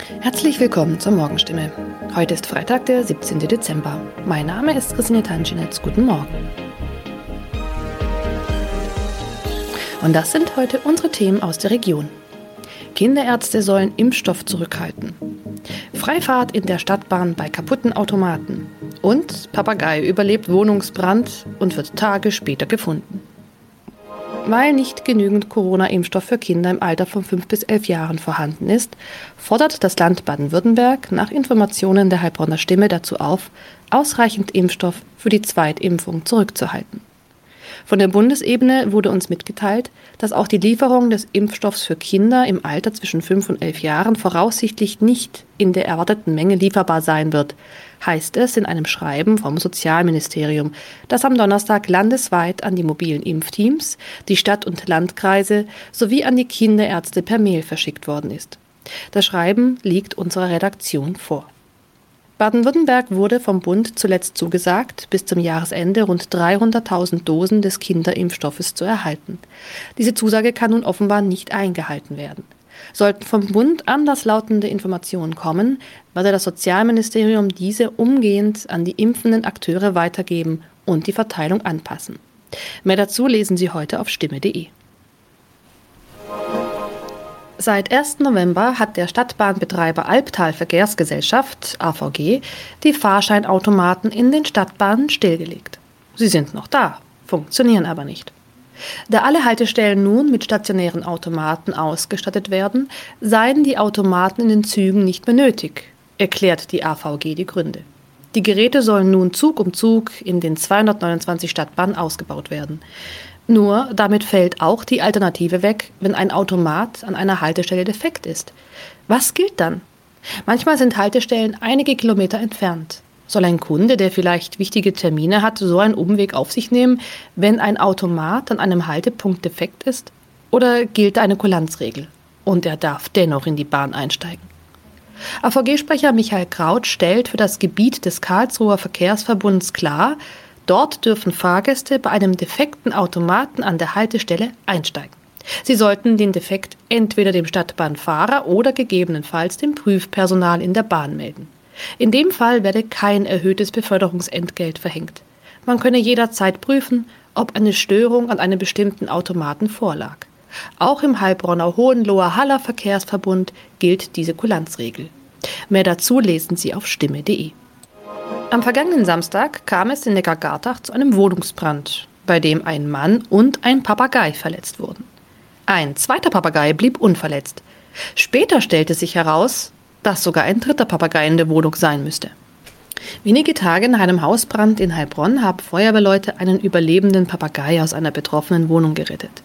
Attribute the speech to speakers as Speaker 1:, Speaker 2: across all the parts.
Speaker 1: Herzlich willkommen zur Morgenstimme. Heute ist Freitag, der 17. Dezember. Mein Name ist Christine Tanschinetz. Guten Morgen. Und das sind heute unsere Themen aus der Region. Kinderärzte sollen Impfstoff zurückhalten. Freifahrt in der Stadtbahn bei kaputten Automaten. Und Papagei überlebt Wohnungsbrand und wird Tage später gefunden. Weil nicht genügend Corona-Impfstoff für Kinder im Alter von 5 bis 11 Jahren vorhanden ist, fordert das Land Baden-Württemberg nach Informationen der Heilbronner Stimme dazu auf, ausreichend Impfstoff für die Zweitimpfung zurückzuhalten. Von der Bundesebene wurde uns mitgeteilt, dass auch die Lieferung des Impfstoffs für Kinder im Alter zwischen 5 und 11 Jahren voraussichtlich nicht in der erwarteten Menge lieferbar sein wird, heißt es in einem Schreiben vom Sozialministerium, das am Donnerstag landesweit an die mobilen Impfteams, die Stadt- und Landkreise sowie an die Kinderärzte per Mail verschickt worden ist. Das Schreiben liegt unserer Redaktion vor. Baden-Württemberg wurde vom Bund zuletzt zugesagt, bis zum Jahresende rund 300.000 Dosen des Kinderimpfstoffes zu erhalten. Diese Zusage kann nun offenbar nicht eingehalten werden. Sollten vom Bund anderslautende Informationen kommen, werde das Sozialministerium diese umgehend an die impfenden Akteure weitergeben und die Verteilung anpassen. Mehr dazu lesen Sie heute auf stimme.de. Seit 1. November hat der Stadtbahnbetreiber Albtal Verkehrsgesellschaft, AVG, die Fahrscheinautomaten in den Stadtbahnen stillgelegt. Sie sind noch da, funktionieren aber nicht. Da alle Haltestellen nun mit stationären Automaten ausgestattet werden, seien die Automaten in den Zügen nicht mehr nötig, erklärt die AVG die Gründe. Die Geräte sollen nun Zug um Zug in den 229 Stadtbahnen ausgebaut werden. Nur damit fällt auch die Alternative weg, wenn ein Automat an einer Haltestelle defekt ist. Was gilt dann? Manchmal sind Haltestellen einige Kilometer entfernt. Soll ein Kunde, der vielleicht wichtige Termine hat, so einen Umweg auf sich nehmen, wenn ein Automat an einem Haltepunkt defekt ist? Oder gilt eine Kulanzregel und er darf dennoch in die Bahn einsteigen? AVG-Sprecher Michael Kraut stellt für das Gebiet des Karlsruher Verkehrsverbunds klar, dort dürfen Fahrgäste bei einem defekten Automaten an der Haltestelle einsteigen. Sie sollten den Defekt entweder dem Stadtbahnfahrer oder gegebenenfalls dem Prüfpersonal in der Bahn melden. In dem Fall werde kein erhöhtes Beförderungsentgelt verhängt. Man könne jederzeit prüfen, ob eine Störung an einem bestimmten Automaten vorlag. Auch im Heilbronner Hohenloher-Haller Verkehrsverbund gilt diese Kulanzregel. Mehr dazu lesen Sie auf stimme.de. Am vergangenen Samstag kam es in Neckargartach zu einem Wohnungsbrand, bei dem ein Mann und ein Papagei verletzt wurden. Ein zweiter Papagei blieb unverletzt. Später stellte sich heraus, dass sogar ein dritter Papagei in der Wohnung sein müsste. Wenige Tage nach einem Hausbrand in Heilbronn haben Feuerwehrleute einen überlebenden Papagei aus einer betroffenen Wohnung gerettet.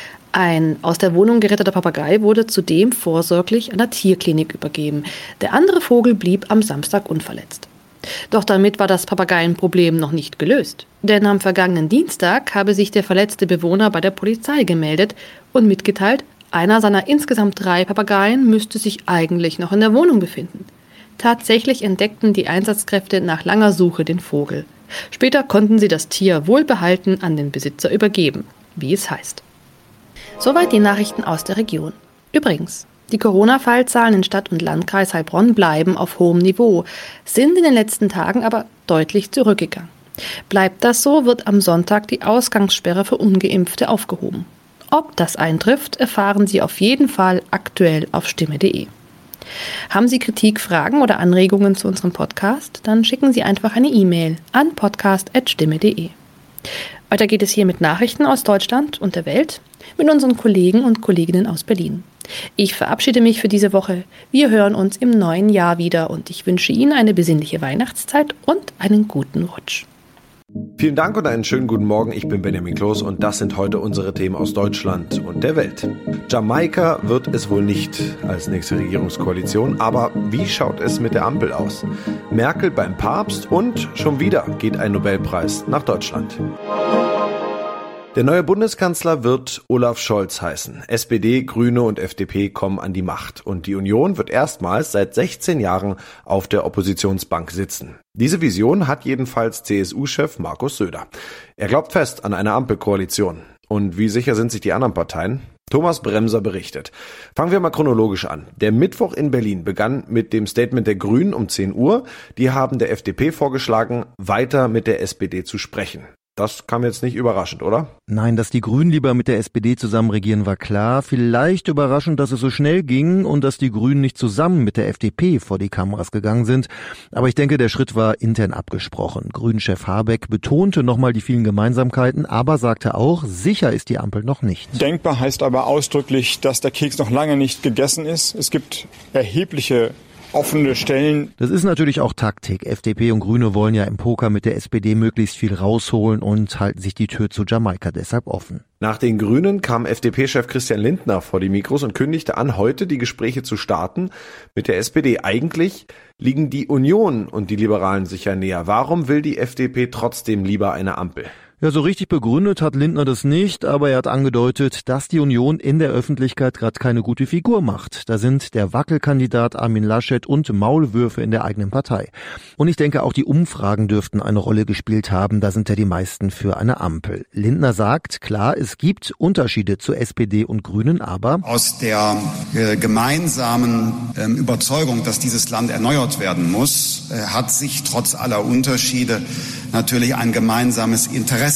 Speaker 1: Ein aus der Wohnung geretteter Papagei wurde zudem vorsorglich einer Tierklinik übergeben. Der andere Vogel blieb am Samstag unverletzt. Doch damit war das Papageienproblem noch nicht gelöst. Denn am vergangenen Dienstag habe sich der verletzte Bewohner bei der Polizei gemeldet und mitgeteilt, einer seiner insgesamt 3 Papageien müsste sich eigentlich noch in der Wohnung befinden. Tatsächlich entdeckten die Einsatzkräfte nach langer Suche den Vogel. Später konnten sie das Tier wohlbehalten an den Besitzer übergeben, wie es heißt. Soweit die Nachrichten aus der Region. Übrigens, die Corona-Fallzahlen in Stadt und Landkreis Heilbronn bleiben auf hohem Niveau, sind in den letzten Tagen aber deutlich zurückgegangen. Bleibt das so, wird am Sonntag die Ausgangssperre für Ungeimpfte aufgehoben. Ob das eintrifft, erfahren Sie auf jeden Fall aktuell auf stimme.de. Haben Sie Kritik, Fragen oder Anregungen zu unserem Podcast? Dann schicken Sie einfach eine E-Mail an podcast@stimme.de. Weiter geht es hier mit Nachrichten aus Deutschland und der Welt mit unseren Kollegen und Kolleginnen aus Berlin. Ich verabschiede mich für diese Woche. Wir hören uns im neuen Jahr wieder und ich wünsche Ihnen eine besinnliche Weihnachtszeit und einen guten Rutsch.
Speaker 2: Vielen Dank und einen schönen guten Morgen. Ich bin Benjamin Kloß und das sind heute unsere Themen aus Deutschland und der Welt. Jamaika wird es wohl nicht als nächste Regierungskoalition, aber wie schaut es mit der Ampel aus? Merkel beim Papst und schon wieder geht ein Nobelpreis nach Deutschland. Der neue Bundeskanzler wird Olaf Scholz heißen. SPD, Grüne und FDP kommen an die Macht. Und die Union wird erstmals seit 16 Jahren auf der Oppositionsbank sitzen. Diese Vision hat jedenfalls CSU-Chef Markus Söder. Er glaubt fest an eine Ampelkoalition. Und wie sicher sind sich die anderen Parteien? Thomas Bremser berichtet. Fangen wir mal chronologisch an. Der Mittwoch in Berlin begann mit dem Statement der Grünen um 10 Uhr. Die haben der FDP vorgeschlagen, weiter mit der SPD zu sprechen. Das kam jetzt nicht überraschend, oder?
Speaker 3: Nein, dass die Grünen lieber mit der SPD zusammen regieren, war klar. Vielleicht überraschend, dass es so schnell ging und dass die Grünen nicht zusammen mit der FDP vor die Kameras gegangen sind. Aber ich denke, der Schritt war intern abgesprochen. Grünen-Chef Habeck betonte nochmal die vielen Gemeinsamkeiten, aber sagte auch, sicher ist die Ampel noch nicht.
Speaker 4: Denkbar heißt aber ausdrücklich, dass der Keks noch lange nicht gegessen ist. Es gibt erhebliche offene Stellen.
Speaker 3: Das ist natürlich auch Taktik. FDP und Grüne wollen ja im Poker mit der SPD möglichst viel rausholen und halten sich die Tür zu Jamaika deshalb offen.
Speaker 2: Nach den Grünen kam FDP-Chef Christian Lindner vor die Mikros und kündigte an, heute die Gespräche zu starten mit der SPD. Eigentlich liegen die Union und die Liberalen sich ja näher. Warum will die FDP trotzdem lieber eine Ampel?
Speaker 3: Ja, so richtig begründet hat Lindner das nicht, aber er hat angedeutet, dass die Union in der Öffentlichkeit gerade keine gute Figur macht. Da sind der Wackelkandidat Armin Laschet und Maulwürfe in der eigenen Partei. Und ich denke, auch die Umfragen dürften eine Rolle gespielt haben. Da sind ja die meisten für eine Ampel. Lindner sagt, klar, es gibt Unterschiede zu SPD und Grünen, aber
Speaker 5: aus der gemeinsamen Überzeugung, dass dieses Land erneuert werden muss, hat sich trotz aller Unterschiede natürlich ein gemeinsames Interesse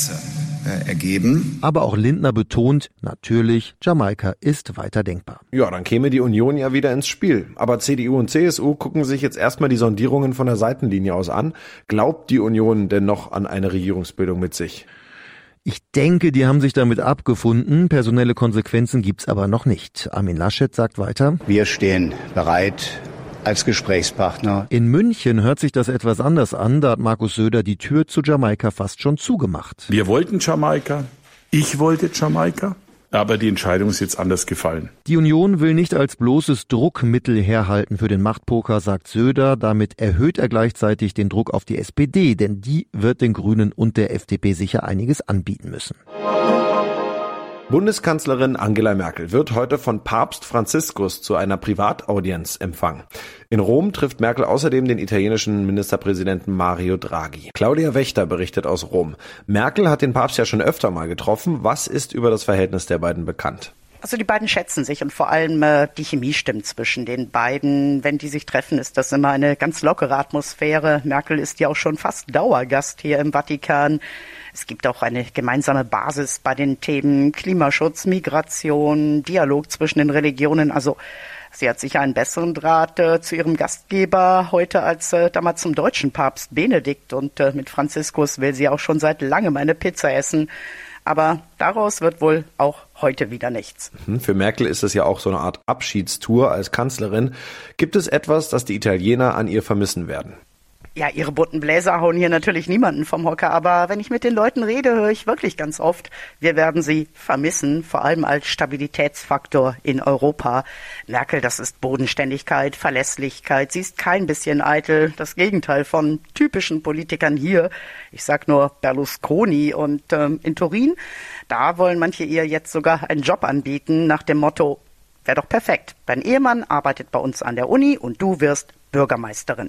Speaker 5: ergeben.
Speaker 3: Aber auch Lindner betont, natürlich, Jamaika ist weiter denkbar.
Speaker 2: Ja, dann käme die Union ja wieder ins Spiel. Aber CDU und CSU gucken sich jetzt erstmal die Sondierungen von der Seitenlinie aus an. Glaubt die Union denn noch an eine Regierungsbildung mit sich?
Speaker 3: Ich denke, die haben sich damit abgefunden. Personelle Konsequenzen gibt's aber noch nicht. Armin Laschet sagt weiter:
Speaker 6: Wir stehen bereit als Gesprächspartner.
Speaker 3: In München hört sich das etwas anders an. Da hat Markus Söder die Tür zu Jamaika fast schon zugemacht.
Speaker 7: Wir wollten Jamaika, ich wollte Jamaika, aber die Entscheidung ist jetzt anders gefallen.
Speaker 3: Die Union will nicht als bloßes Druckmittel herhalten für den Machtpoker, sagt Söder. Damit erhöht er gleichzeitig den Druck auf die SPD, denn die wird den Grünen und der FDP sicher einiges anbieten müssen.
Speaker 2: Bundeskanzlerin Angela Merkel wird heute von Papst Franziskus zu einer Privataudienz empfangen. In Rom trifft Merkel außerdem den italienischen Ministerpräsidenten Mario Draghi. Claudia Wächter berichtet aus Rom. Merkel hat den Papst ja schon öfter mal getroffen. Was ist über das Verhältnis der beiden bekannt?
Speaker 8: Also die beiden schätzen sich und vor allem die Chemie stimmt zwischen den beiden. Wenn die sich treffen, ist das immer eine ganz lockere Atmosphäre. Merkel ist ja auch schon fast Dauergast hier im Vatikan. Es gibt auch eine gemeinsame Basis bei den Themen Klimaschutz, Migration, Dialog zwischen den Religionen. Also sie hat sicher einen besseren Draht zu ihrem Gastgeber heute als damals zum deutschen Papst Benedikt. Und mit Franziskus will sie auch schon seit langem eine Pizza essen. Aber daraus wird wohl auch heute wieder nichts.
Speaker 2: Für Merkel ist es ja auch so eine Art Abschiedstour als Kanzlerin. Gibt es etwas, das die Italiener an ihr vermissen werden?
Speaker 8: Ja, ihre bunten Bläser hauen hier natürlich niemanden vom Hocker, aber wenn ich mit den Leuten rede, höre ich wirklich ganz oft, wir werden sie vermissen, vor allem als Stabilitätsfaktor in Europa. Merkel, das ist Bodenständigkeit, Verlässlichkeit, sie ist kein bisschen eitel, das Gegenteil von typischen Politikern hier. Ich sag nur Berlusconi und in Turin, da wollen manche ihr jetzt sogar einen Job anbieten nach dem Motto, wäre doch perfekt, dein Ehemann arbeitet bei uns an der Uni und du wirst Bürgermeisterin.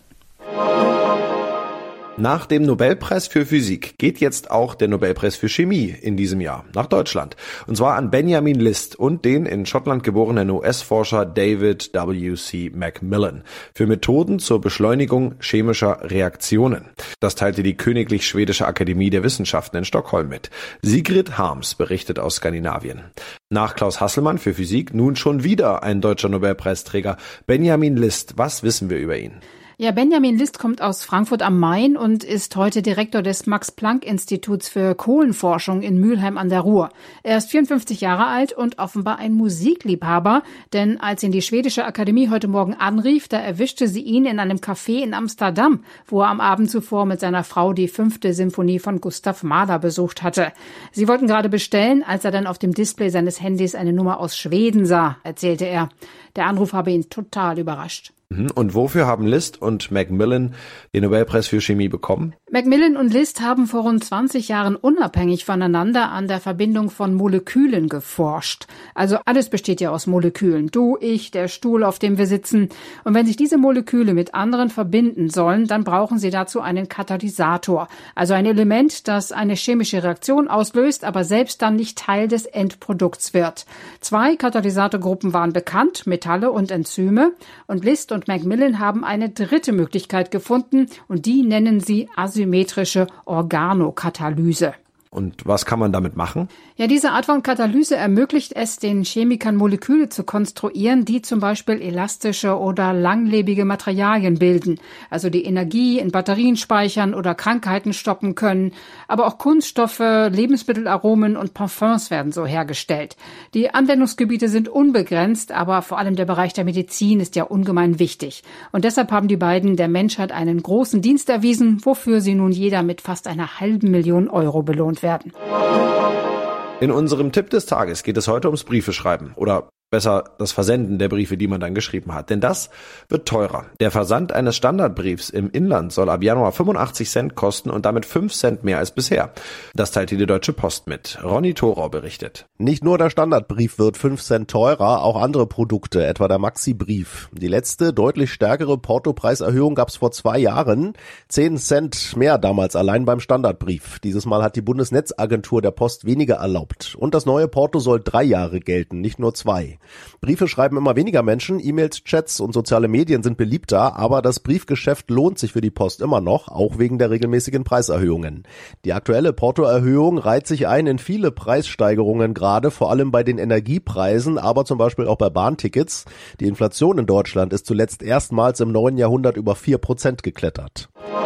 Speaker 2: Nach dem Nobelpreis für Physik geht jetzt auch der Nobelpreis für Chemie in diesem Jahr nach Deutschland. Und zwar an Benjamin List und den in Schottland geborenen US-Forscher David W.C. Macmillan für Methoden zur Beschleunigung chemischer Reaktionen. Das teilte die Königlich Schwedische Akademie der Wissenschaften in Stockholm mit. Sigrid Harms berichtet aus Skandinavien. Nach Klaus Hasselmann für Physik nun schon wieder ein deutscher Nobelpreisträger. Benjamin List, was wissen wir über ihn?
Speaker 9: Ja, Benjamin List kommt aus Frankfurt am Main und ist heute Direktor des Max-Planck-Instituts für Kohlenforschung in Mülheim an der Ruhr. Er ist 54 Jahre alt und offenbar ein Musikliebhaber, denn als ihn die Schwedische Akademie heute Morgen anrief, da erwischte sie ihn in einem Café in Amsterdam, wo er am Abend zuvor mit seiner Frau die 5. Symphonie von Gustav Mahler besucht hatte. Sie wollten gerade bestellen, als er dann auf dem Display seines Handys eine Nummer aus Schweden sah, erzählte er. Der Anruf habe ihn total überrascht.
Speaker 2: Und wofür haben List und Macmillan den Nobelpreis für Chemie bekommen?
Speaker 9: Macmillan und List haben vor rund 20 Jahren unabhängig voneinander an der Verbindung von Molekülen geforscht. Also alles besteht ja aus Molekülen. Du, ich, der Stuhl, auf dem wir sitzen. Und wenn sich diese Moleküle mit anderen verbinden sollen, dann brauchen sie dazu einen Katalysator. Also ein Element, das eine chemische Reaktion auslöst, aber selbst dann nicht Teil des Endprodukts wird. 2 Katalysatorgruppen waren bekannt, Metalle und Enzyme. Und List und Macmillan haben eine dritte Möglichkeit gefunden und die nennen sie asymmetrische Organokatalyse.
Speaker 2: Und was kann man damit machen?
Speaker 9: Ja, diese Art von Katalyse ermöglicht es den Chemikern, Moleküle zu konstruieren, die zum Beispiel elastische oder langlebige Materialien bilden, also die Energie in Batterien speichern oder Krankheiten stoppen können. Aber auch Kunststoffe, Lebensmittelaromen und Parfums werden so hergestellt. Die Anwendungsgebiete sind unbegrenzt, aber vor allem der Bereich der Medizin ist ja ungemein wichtig. Und deshalb haben die beiden der Menschheit einen großen Dienst erwiesen, wofür sie nun jeder mit fast einer halben Million Euro belohnt werden.
Speaker 2: In unserem Tipp des Tages geht es heute ums Briefeschreiben oder besser das Versenden der Briefe, die man dann geschrieben hat. Denn das wird teurer. Der Versand eines Standardbriefs im Inland soll ab Januar 85 Cent kosten und damit 5 Cent mehr als bisher. Das teilte die Deutsche Post mit. Ronny Thorau berichtet.
Speaker 10: Nicht nur der Standardbrief wird 5 Cent teurer, auch andere Produkte, etwa der Maxi-Brief. Die letzte, deutlich stärkere Portopreiserhöhung gab es vor 2 Jahren. 10 Cent mehr damals allein beim Standardbrief. Dieses Mal hat die Bundesnetzagentur der Post weniger erlaubt. Und das neue Porto soll 3 Jahre gelten, nicht nur 2. Briefe schreiben immer weniger Menschen, E-Mails, Chats und soziale Medien sind beliebter, aber das Briefgeschäft lohnt sich für die Post immer noch, auch wegen der regelmäßigen Preiserhöhungen. Die aktuelle Portoerhöhung reiht sich ein in viele Preissteigerungen gerade, vor allem bei den Energiepreisen, aber zum Beispiel auch bei Bahntickets. Die Inflation in Deutschland ist zuletzt erstmals im neuen Jahrhundert über 4% geklettert.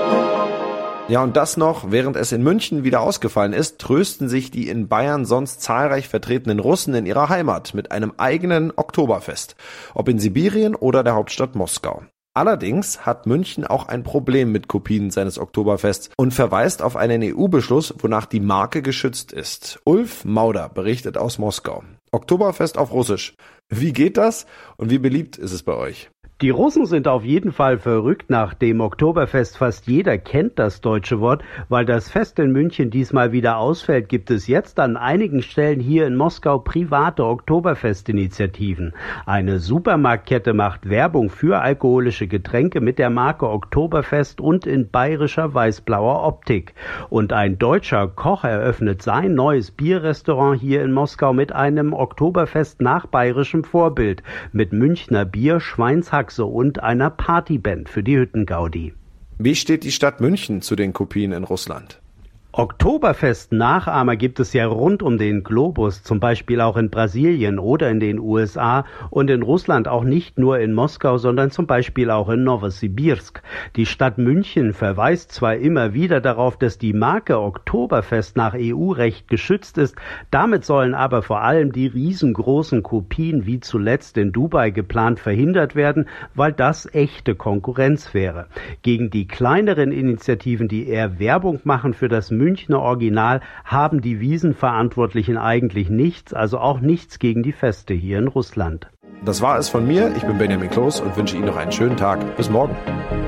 Speaker 2: Ja, und das noch, während es in München wieder ausgefallen ist, trösten sich die in Bayern sonst zahlreich vertretenen Russen in ihrer Heimat mit einem eigenen Oktoberfest, ob in Sibirien oder der Hauptstadt Moskau. Allerdings hat München auch ein Problem mit Kopien seines Oktoberfests und verweist auf einen EU-Beschluss, wonach die Marke geschützt ist. Ulf Mauder berichtet aus Moskau. Oktoberfest auf Russisch. Wie geht das und wie beliebt ist es bei euch?
Speaker 11: Die Russen sind auf jeden Fall verrückt nach dem Oktoberfest. Fast jeder kennt das deutsche Wort. Weil das Fest in München diesmal wieder ausfällt, gibt es jetzt an einigen Stellen hier in Moskau private Oktoberfestinitiativen. Eine Supermarktkette macht Werbung für alkoholische Getränke mit der Marke Oktoberfest und in bayerischer weiß-blauer Optik. Und ein deutscher Koch eröffnet sein neues Bierrestaurant hier in Moskau mit einem Oktoberfest nach bayerischem Vorbild. Mit Münchner Bier, Schweinshack und einer Partyband für die Hüttengaudi.
Speaker 2: Wie steht die Stadt München zu den Kopien in Russland?
Speaker 11: Oktoberfest-Nachahmer gibt es ja rund um den Globus, zum Beispiel auch in Brasilien oder in den USA und in Russland auch nicht nur in Moskau, sondern zum Beispiel auch in Nowosibirsk. Die Stadt München verweist zwar immer wieder darauf, dass die Marke Oktoberfest nach EU-Recht geschützt ist, damit sollen aber vor allem die riesengroßen Kopien wie zuletzt in Dubai geplant verhindert werden, weil das echte Konkurrenz wäre. Gegen die kleineren Initiativen, die eher Werbung machen für das Münchner Original, haben die Wiesenverantwortlichen eigentlich nichts, also auch nichts gegen die Feste hier in Russland.
Speaker 2: Das war es von mir. Ich bin Benjamin Kloß und wünsche Ihnen noch einen schönen Tag. Bis morgen.